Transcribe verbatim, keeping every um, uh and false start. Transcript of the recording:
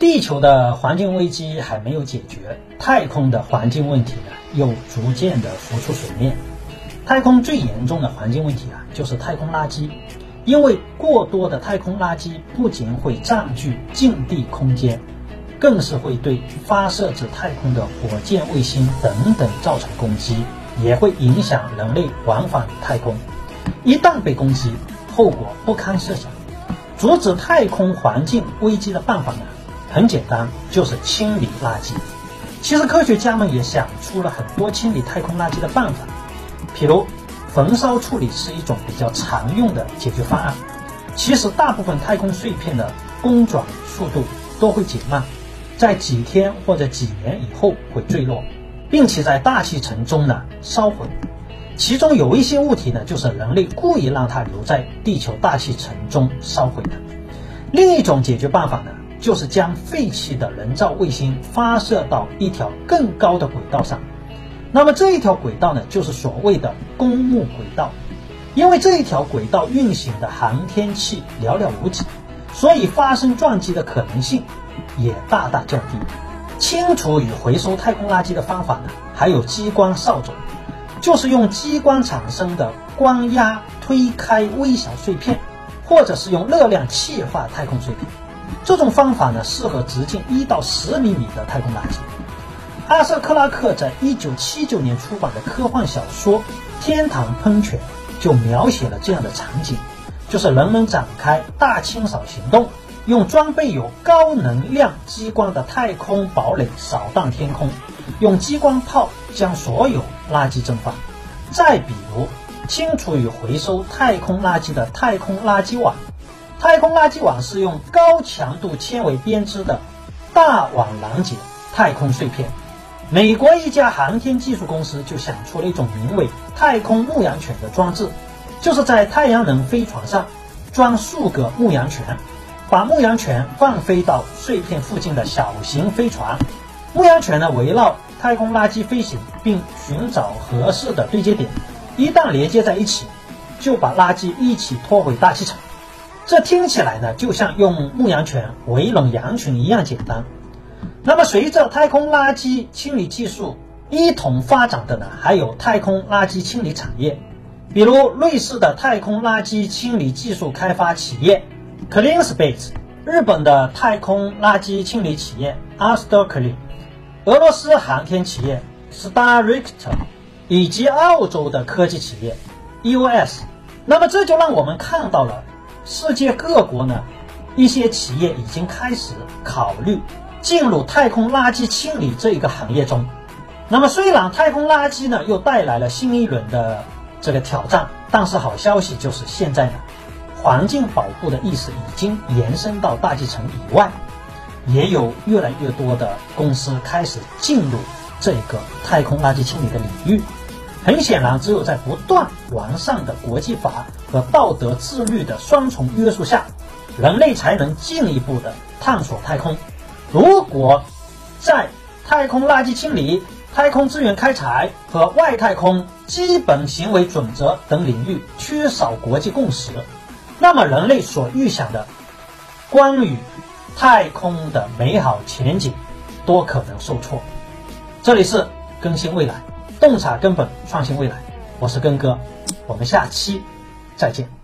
地球的环境危机还没有解决，太空的环境问题呢又逐渐的浮出水面。太空最严重的环境问题啊，就是太空垃圾。因为过多的太空垃圾不仅会占据近地空间，更是会对发射至太空的火箭、卫星等等造成攻击，也会影响人类往返太空。一旦被攻击，后果不堪设想。阻止太空环境危机的办法呢，很简单，就是清理垃圾。其实科学家们也想出了很多清理太空垃圾的办法，譬如焚烧处理是一种比较常用的解决方案。其实大部分太空碎片的公转速度都会减慢，在几天或者几年以后会坠落，并且在大气层中呢烧毁。其中有一些物体呢，就是人类故意让它留在地球大气层中烧毁的。另一种解决办法呢，就是将废弃的人造卫星发射到一条更高的轨道上。那么这一条轨道呢，就是所谓的公牧轨道。因为这一条轨道运行的航天器寥寥无几，所以发生撞击的可能性也大大降低。清除与回收太空垃圾的方法呢，还有激光扫帚，就是用激光产生的光压推开微小碎片，或者是用热量气化太空碎片。这种方法呢，适合直径一到十厘米的太空垃圾。阿瑟·克拉克在一九七九年出版的科幻小说《天堂喷泉》就描写了这样的场景，就是人们展开大清扫行动，用装备有高能量激光的太空堡垒扫荡天空，用激光炮将所有垃圾蒸发。再比如清除与回收太空垃圾的太空垃圾网。太空垃圾网是用高强度纤维编织的大网拦截太空碎片。美国一家航天技术公司就想出了一种名为太空牧羊犬的装置，就是在太阳能飞船上装数个牧羊犬，把牧羊犬放飞到碎片附近的小型飞船。牧羊犬呢围绕太空垃圾飞行，并寻找合适的对接点，一旦连接在一起，就把垃圾一起拖回大气层。这听起来呢，就像用牧羊犬围拢羊群一样简单。那么随着太空垃圾清理技术一同发展的呢，还有太空垃圾清理产业，比如瑞士的太空垃圾清理技术开发企业 CleanSpace， 日本的太空垃圾清理企业 Asterclean， 俄罗斯航天企业 Starreactor， 以及澳洲的科技企业 E O S。 那么这就让我们看到了世界各国呢，一些企业已经开始考虑进入太空垃圾清理这一个行业中。那么虽然太空垃圾呢又带来了新一轮的这个挑战，但是好消息就是现在呢，环境保护的意识已经延伸到大气层以外，也有越来越多的公司开始进入这个太空垃圾清理的领域。很显然，只有在不断完善的国际法和道德自律的双重约束下，人类才能进一步的探索太空。如果在太空垃圾清理、太空资源开采和外太空基本行为准则等领域缺少国际共识，那么人类所预想的关于太空的美好前景多可能受挫。这里是更新未来，洞察根本，创新未来，我是根哥，我们下期再见。